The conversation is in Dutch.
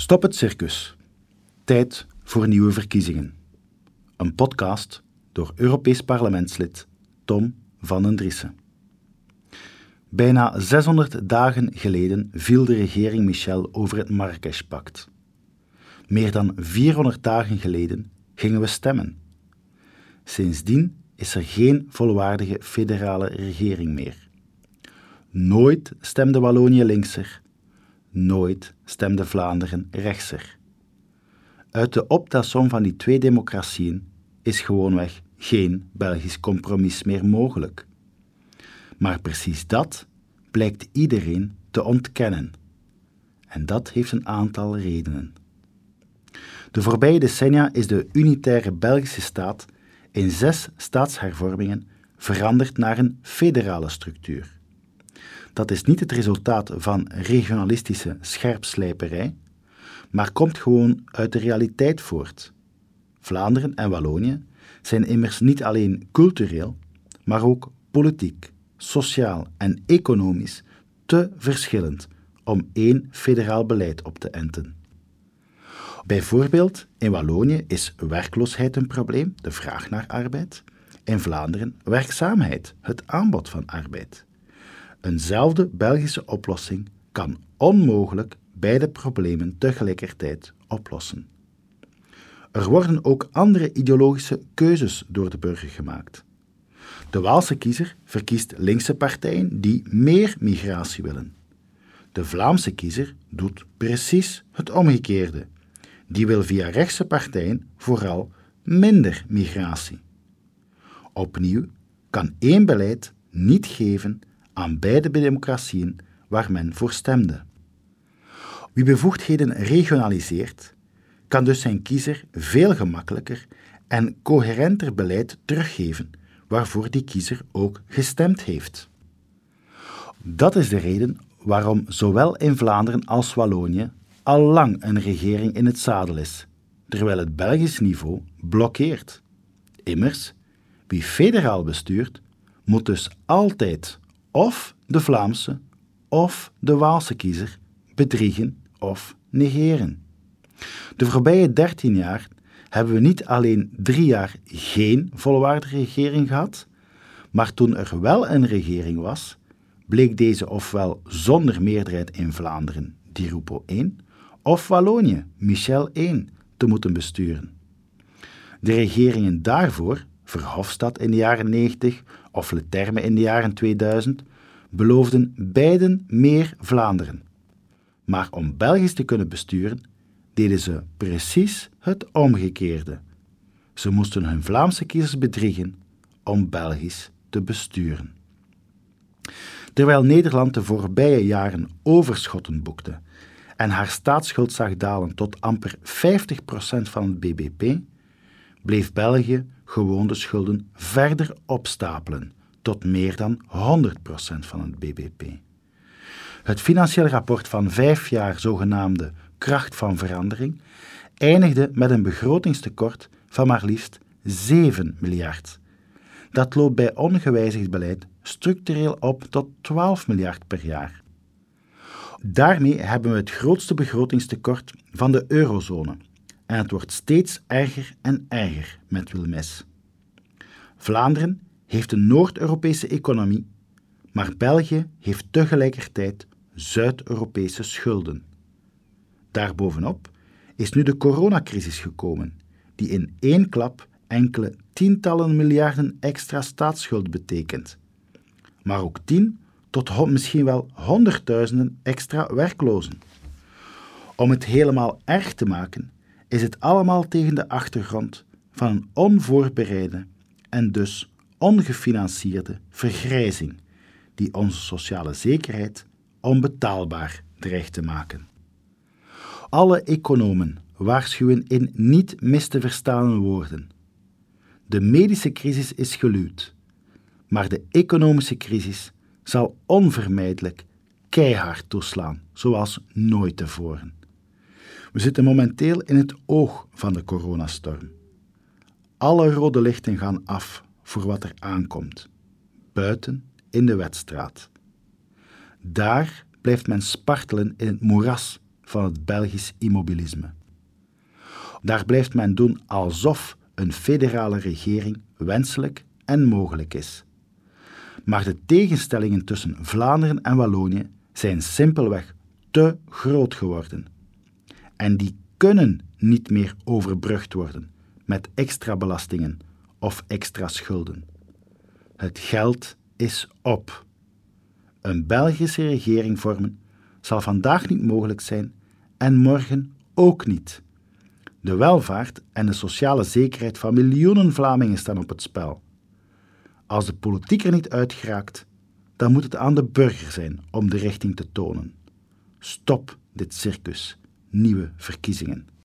Stop het circus. Tijd voor nieuwe verkiezingen. Een podcast door Europees Parlementslid Tom van den Driessen. Bijna 600 dagen geleden viel de regering Michel over het Marrakesh-pact. Meer dan 400 dagen geleden gingen we stemmen. Sindsdien is er geen volwaardige federale regering meer. Nooit stemde Wallonië linkser, nooit stemde Vlaanderen rechtser. Uit de optelsom van die twee democratieën is gewoonweg geen Belgisch compromis meer mogelijk. Maar precies dat blijkt iedereen te ontkennen. En dat heeft een aantal redenen. De voorbije decennia is de unitaire Belgische staat in 6 staatshervormingen veranderd naar een federale structuur. Dat is niet het resultaat van regionalistische scherpslijperij, maar komt gewoon uit de realiteit voort. Vlaanderen en Wallonië zijn immers niet alleen cultureel, maar ook politiek, sociaal en economisch te verschillend om één federaal beleid op te enten. Bijvoorbeeld, in Wallonië is werkloosheid een probleem, de vraag naar arbeid. In Vlaanderen werkzaamheid, het aanbod van arbeid. Eenzelfde Belgische oplossing kan onmogelijk beide problemen tegelijkertijd oplossen. Er worden ook andere ideologische keuzes door de burger gemaakt. De Waalse kiezer verkiest linkse partijen die meer migratie willen. De Vlaamse kiezer doet precies het omgekeerde. Die wil via rechtse partijen vooral minder migratie. Opnieuw kan één beleid niet geven aan beide democratieën waar men voor stemde. Wie bevoegdheden regionaliseert, kan dus zijn kiezer veel gemakkelijker en coherenter beleid teruggeven, waarvoor die kiezer ook gestemd heeft. Dat is de reden waarom zowel in Vlaanderen als Wallonië al lang een regering in het zadel is, terwijl het Belgisch niveau blokkeert. Immers, wie federaal bestuurt, moet dus altijd of de Vlaamse of de Waalse kiezer bedriegen of negeren. De voorbije 13 jaar hebben we niet alleen 3 jaar geen volwaardige regering gehad, maar toen er wel een regering was, bleek deze ofwel zonder meerderheid in Vlaanderen, Di Rupo 1, of Wallonië, Michel 1, te moeten besturen. De regeringen daarvoor, Verhofstadt in de jaren 90 of Leterme in de jaren 2000, beloofden beiden meer Vlaanderen. Maar om Belgisch te kunnen besturen, deden ze precies het omgekeerde. Ze moesten hun Vlaamse kiezers bedriegen om Belgisch te besturen. Terwijl Nederland de voorbije jaren overschotten boekte en haar staatsschuld zag dalen tot amper 50% van het bbp, bleef België gewoon de schulden verder opstapelen tot meer dan 100% van het bbp. Het financieel rapport van 5 jaar zogenaamde kracht van verandering eindigde met een begrotingstekort van maar liefst 7 miljard. Dat loopt bij ongewijzigd beleid structureel op tot 12 miljard per jaar. Daarmee hebben we het grootste begrotingstekort van de eurozone en het wordt steeds erger en erger met Wilmes. Vlaanderen heeft een Noord-Europese economie, maar België heeft tegelijkertijd Zuid-Europese schulden. Daarbovenop is nu de coronacrisis gekomen, die in één klap enkele tientallen miljarden extra staatsschuld betekent. Maar ook 10 tot misschien wel 100.000 extra werklozen. Om het helemaal erg te maken, is het allemaal tegen de achtergrond van een onvoorbereide en dus ongefinancierde vergrijzing, die onze sociale zekerheid onbetaalbaar dreigt te maken. Alle economen waarschuwen in niet mis te verstaande woorden. De medische crisis is geluwd, maar de economische crisis zal onvermijdelijk keihard toeslaan, zoals nooit tevoren. We zitten momenteel in het oog van de coronastorm. Alle rode lichten gaan af voor wat er aankomt, buiten in de wedstraat. Daar blijft men spartelen in het moeras van het Belgisch immobilisme. Daar blijft men doen alsof een federale regering wenselijk en mogelijk is. Maar de tegenstellingen tussen Vlaanderen en Wallonië zijn simpelweg te groot geworden. En die kunnen niet meer overbrugd worden met extra belastingen of extra schulden. Het geld is op. Een Belgische regering vormen zal vandaag niet mogelijk zijn en morgen ook niet. De welvaart en de sociale zekerheid van miljoenen Vlamingen staan op het spel. Als de politiek er niet uit geraakt, dan moet het aan de burger zijn om de richting te tonen. Stop dit circus. Nieuwe verkiezingen.